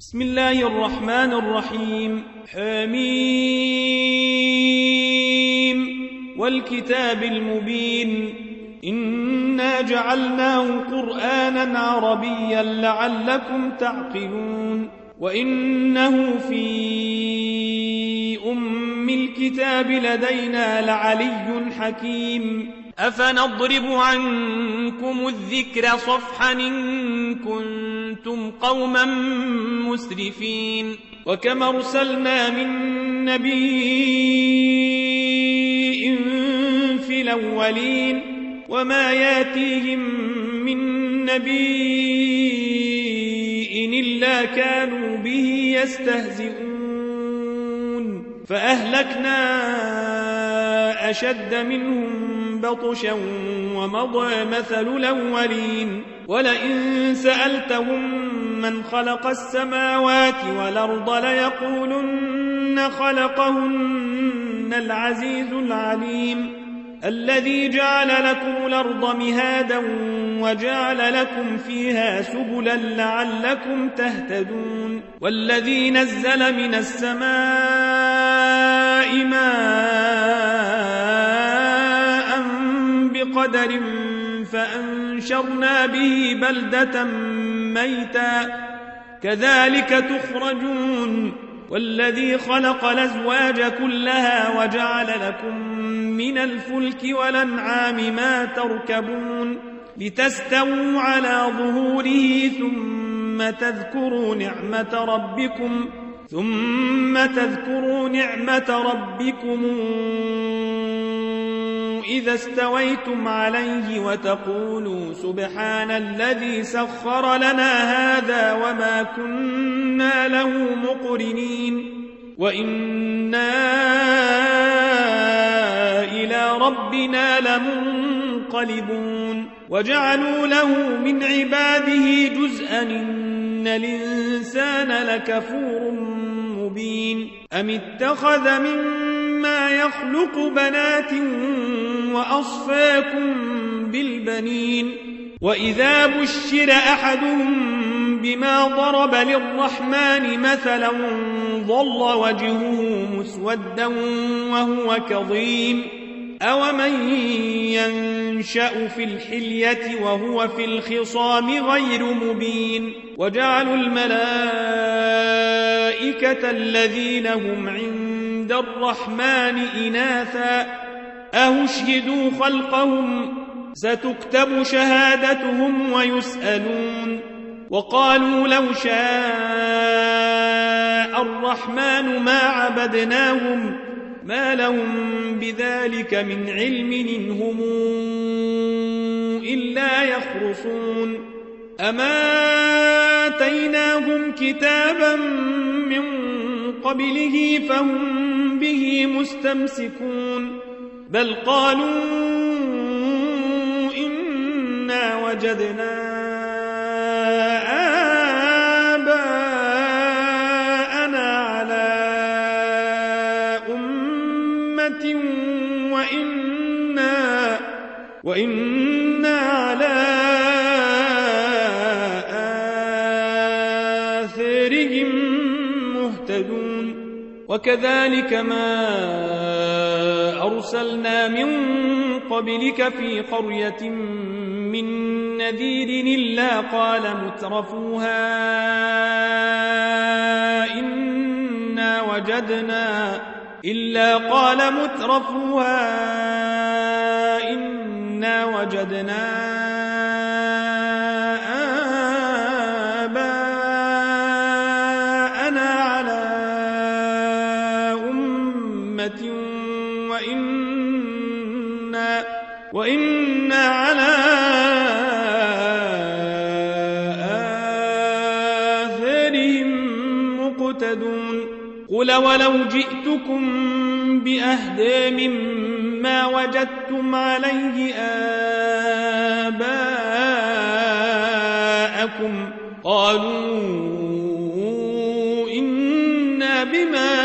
بسم الله الرحمن الرحيم. حميم والكتاب المبين إنا جعلناه قرآنا عربيا لعلكم تعقلون وإنه في أم الكتاب لدينا لعلي حكيم. أفنضرب عنكم الذكر صفحا إن كنتم قوما مسرفين. وكم أرسلنا من نبي في الأولين وما ياتيهم من نبي إلا كانوا به يستهزئون فأهلكنا أشد منهم بطشا ومضى مثل الأولين. ولئن سألتهم من خلق السماوات والأرض ليقولن خلقهن العزيز العليم الذي جعل لكم الأرض مهادا وجعل لكم فيها سبلا لعلكم تهتدون. والذي نزل من السماء ماء بقدر فأنشرنا به بلدة ميتا كذلك تخرجون. والذي خلق الأزواج كلها وجعل لكم من الفلك والأنعام ما تركبون لتستووا على ظهوره ثم تذكروا نعمة ربكم إذا استويتم عليه وتقولوا سبحان الذي سخر لنا هذا وما كنا له مقرنين وإنا إلى ربنا لمنقلبون. وجعلوا له من عباده جزءا إن الإنسان لكفور مبين. أم اتخذ مما يخلق بنات وأصفاكم بالبنين وإذا بشر أحدهم بما ضرب للرحمن مثلا ظل وجهه مسودا وهو كظيم. أومن ينشأ في الحلية وهو في الخصام غير مبين. وجعلوا الملائكة الذين هم عند الرحمن إناثا أهشهدوا خلقهم ستكتب شهادتهم ويسألون. وقالوا لو شاء الرحمن ما عبدناهم ما لهم بذلك من علم إن هم إلا يخرصون. أما آتيناهم كتابا من قبله فهم به مستمسكون بل قالوا إنا وجدنا آباءنا على أمة وإنا على آثارهم مهتدون. وكذلك ما أرسلنا من قبلك في قرية من نذير إلا قال مترفوها إنا وجدنا آباءنا على أمة وإنا على آثارهم مقتدون. قل ولو جئتكم بأهدى مما وجدتم عليه آباءكم قالوا إنا بما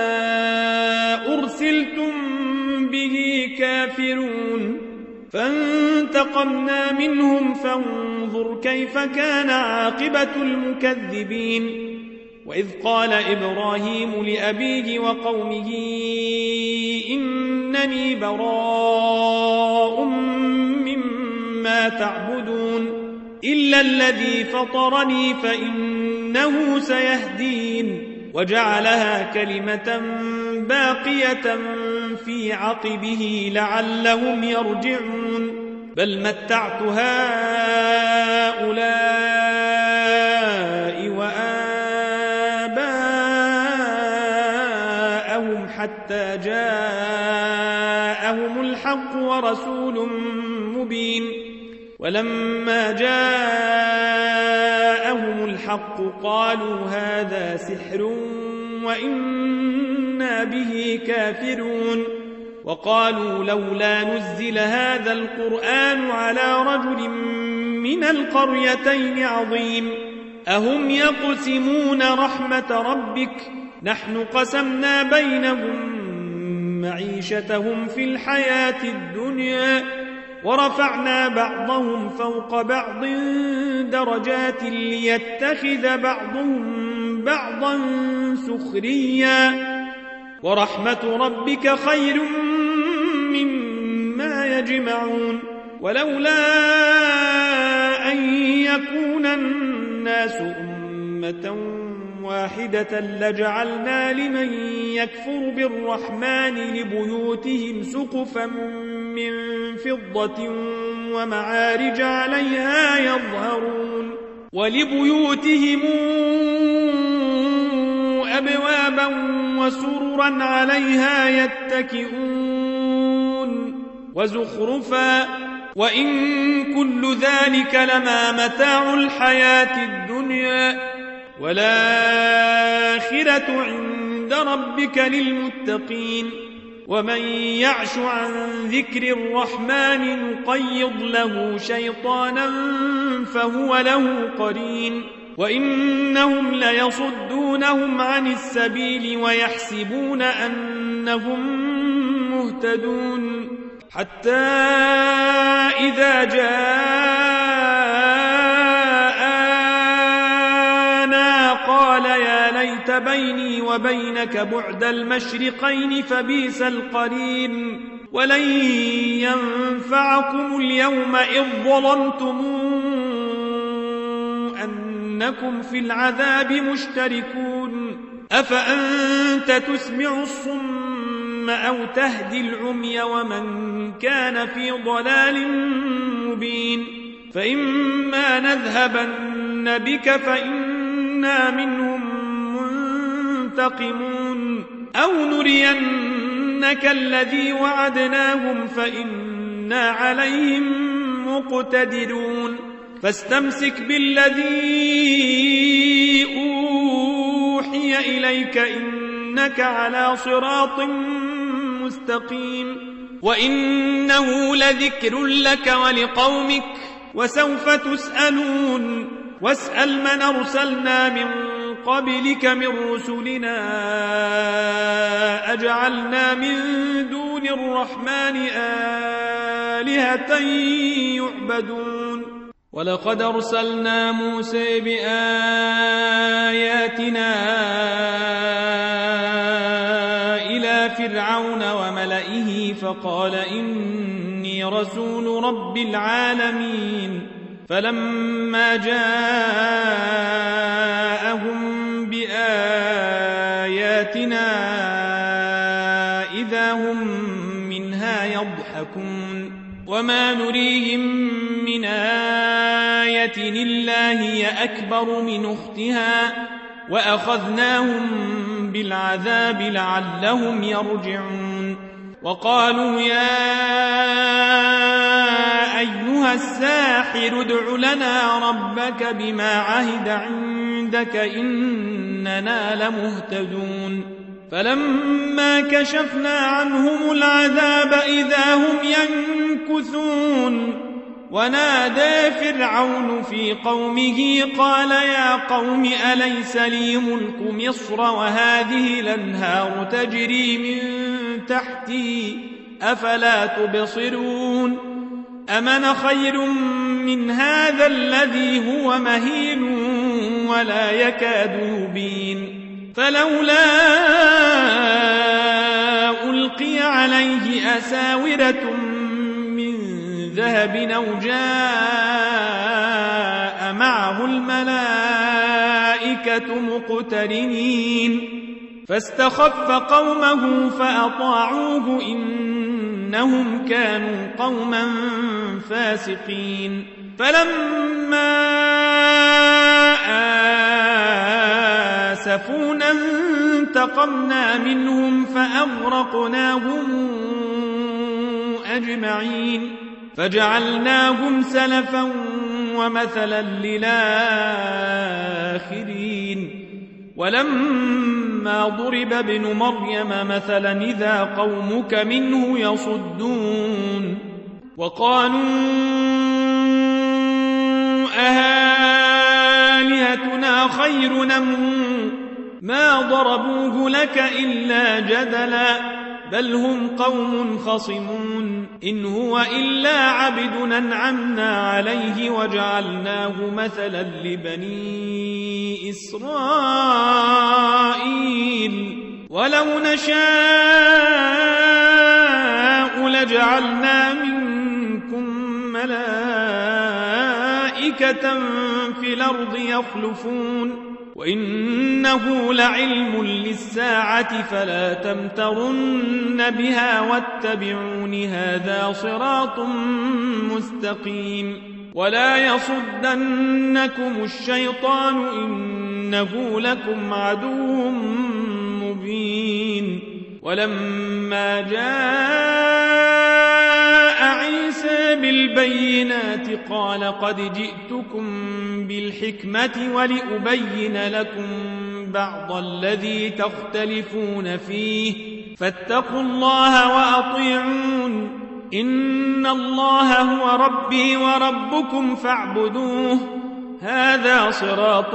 أرسلتم به كافرون. فانتقمنا منهم فانظر كيف كان عاقبة المكذبين. وإذ قال إبراهيم لأبيه وقومه إنني براء مما تعبدون إلا الذي فطرني فإنه سيهدين وجعلها كلمة باقية في عقبه لعلهم يرجعون بل متعت هؤلاء وآباءهم حتى جاءهم الحق ورسول مبين ولما جاءهم الحق قالوا هذا سحر وإنا به كافرون وقالوا لولا نزل هذا القرآن على رجل من القريتين عظيم أهم يقسمون رحمة ربك نحن قسمنا بينهم معيشتهم في الحياة الدنيا ورفعنا بعضهم فوق بعض درجات ليتخذ بعضهم بعضا سخريا ورحمة ربك خير مما يجمعون ولولا أن يكون الناس أمة واحدة لجعلنا لمن يكفر بالرحمن لبيوتهم سقفا من فضة ومعارج عليها يظهرون ولبيوتهم أبوابا وسررا عليها يتكئون وزخرفا وإن كل ذلك لما متاع الحياة الدنيا والآخرة عند ربك للمتقين ومن يعش عن ذكر الرحمن نقيض له شيطانا فهو له قرين وإنهم ليصدونهم عن السبيل ويحسبون أنهم مهتدون حتى إذا جاءنا قال يا ليت بيني وبينك بعد المشرقين فبئس القرين ولن ينفعكم اليوم إذ ظلمتم أنكم في العذاب مشتركون أفأنت تسمع الصم أو تهدي العمي ومن كان في ضلال مبين فإما نذهبن بك فإنا منهم منتقمون أو نرينك الذي وعدناهم فإنا عليهم مقتدرون فاستمسك بالذي أوحي إليك إنك على صراط مستقيم وإنه لذكر لك ولقومك وسوف تسألون واسأل من أرسلنا من قبلك من رسلنا أجعلنا من دون الرحمن آلهة يعبدون ولقد أرسلنا موسى بآياتنا إلى فرعون وملئه فقال إني رسول رب العالمين فلما جاءهم بآياتنا إذا هم منها يضحكون وما نريهم من آية إلا هي أكبر من أختها وأخذناهم بالعذاب لعلهم يرجعون وقالوا يا أيها الساحر ادع لنا ربك بما عهد عندك إننا لمهتدون فلما كشفنا عنهم العذاب إذا هم ينكثون ونادى فرعون في قومه قال يا قوم أليس لي ملك مصر وهذه الأنهار تجري من تحتي أفلا تبصرون أمن خير من هذا الذي هو مهين ولا يكاد يبين فلولا ألقي عليه أساورة من ذهب أو جاء معه الملائكة مقترنين فاستخف قومه فأطاعوه إنهم كانوا قوما فاسقين فلما آسفونا انتقمنا منهم فأغرقناهم أجمعين فجعلناهم سلفا ومثلا للآخرين ولما ضرب ابن مريم مثلا إذا قومك منه يصدون وقالوا أهالهتنا خير ما ضربوه لك إلا جدلا بل هم قوم خصمون إن هو إلا عبد أنعمنا عليه وجعلناه مثلا لبني إسرائيل ولو نشاء لجعلنا منكم ملائكة في الأرض يخلفون وإنه لعلم للساعة فلا تمترن بها واتبعون هذا صراط مستقيم ولا يصدنكم الشيطان إنه لكم عدو مبين ولما جاء عيسى بالبينات قال قد جئتكم بالحكمة ولأبين لكم بعض الذي تختلفون فيه فاتقوا الله وأطيعون إن الله هو ربي وربكم فاعبدوه هذا صراط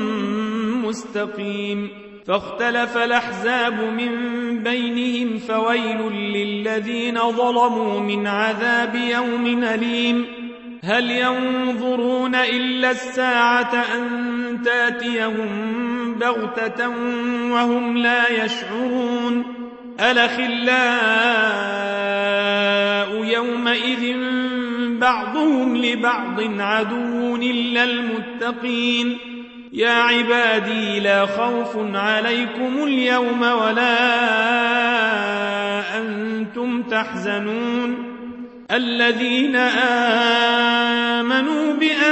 مستقيم فاختلف الأحزاب من بينهم فويل للذين ظلموا من عذاب يوم أليم هل ينظرون إلا الساعة أن تاتيهم بغتة وهم لا يشعرون الأخلاء يومئذ بعضهم لبعض عدو إلا المتقين يا عبادي لا خوف عليكم اليوم ولا أنتم تحزنون الذين آمنوا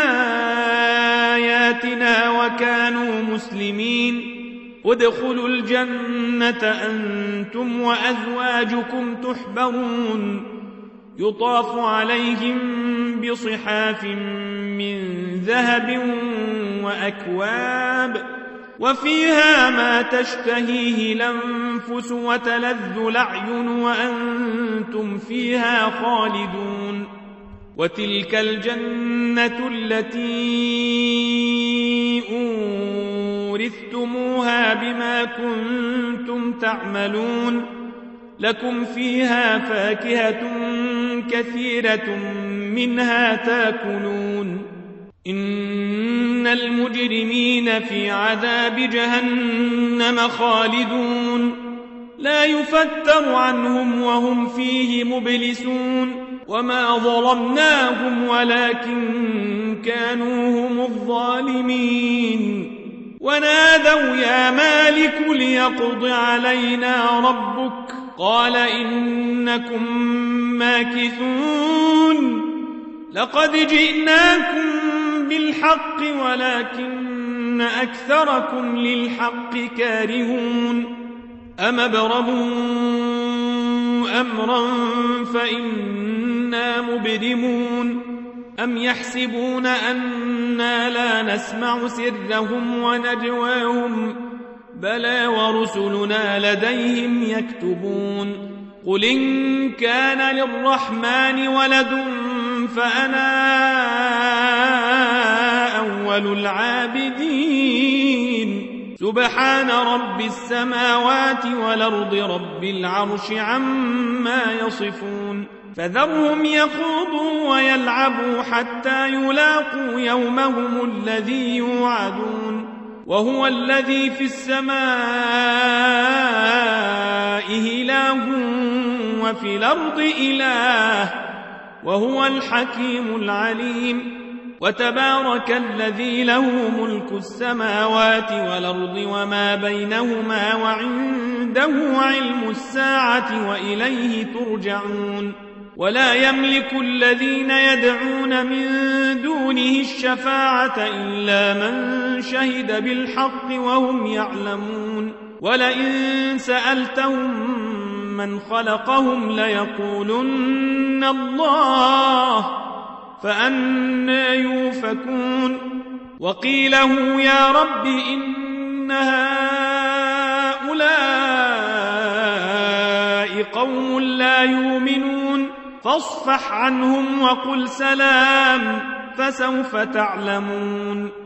بآياتنا وكانوا مسلمين ادخلوا الجنة أنتم وأزواجكم تحبرون يطاف عليهم بصحاف من ذهب وأكواب وفيها ما تشتهيه الأنفس وتلذ الأعين وأنتم فيها خالدون وتلك الجنة التي أورثتموها بما كنتم تعملون لكم فيها فاكهة كثيرة منها تاكلون إن المجرمين في عذاب جهنم خالدون لا يفتر عنهم وهم فيه مبلسون وما ظلمناهم ولكن كانوا هم الظالمين ونادوا يا مالك ليقض علينا ربك قال إنكم ماكثون لقد جئناكم بالحق ولكن أكثركم للحق كارهون أم ابرموا أمرا فإنا مبرمون أم يحسبون أنا لا نسمع سرهم ونجواهم بلى ورسلنا لديهم يكتبون قل إن كان للرحمن ولد فأنا أول العابدين سبحان رب السماوات والأرض رب العرش عما يصفون فذرهم يخوضوا ويلعبوا حتى يلاقوا يومهم الذي يوعدون وهو الذي في السماء إله وفي الأرض إله وهو الحكيم العليم وتبارك الذي له ملك السماوات والأرض وما بينهما وعنده علم الساعة وإليه ترجعون ولا يملك الذين يدعون من دونه الشفاعة إلا من شهد بالحق وهم يعلمون ولئن سألتهم من خلقهم ليقولن الله فأنى يؤفكون وقيله يا رب إن هؤلاء قوم لا يؤمنون فاصفح عنهم وقل سلام فسوف تعلمون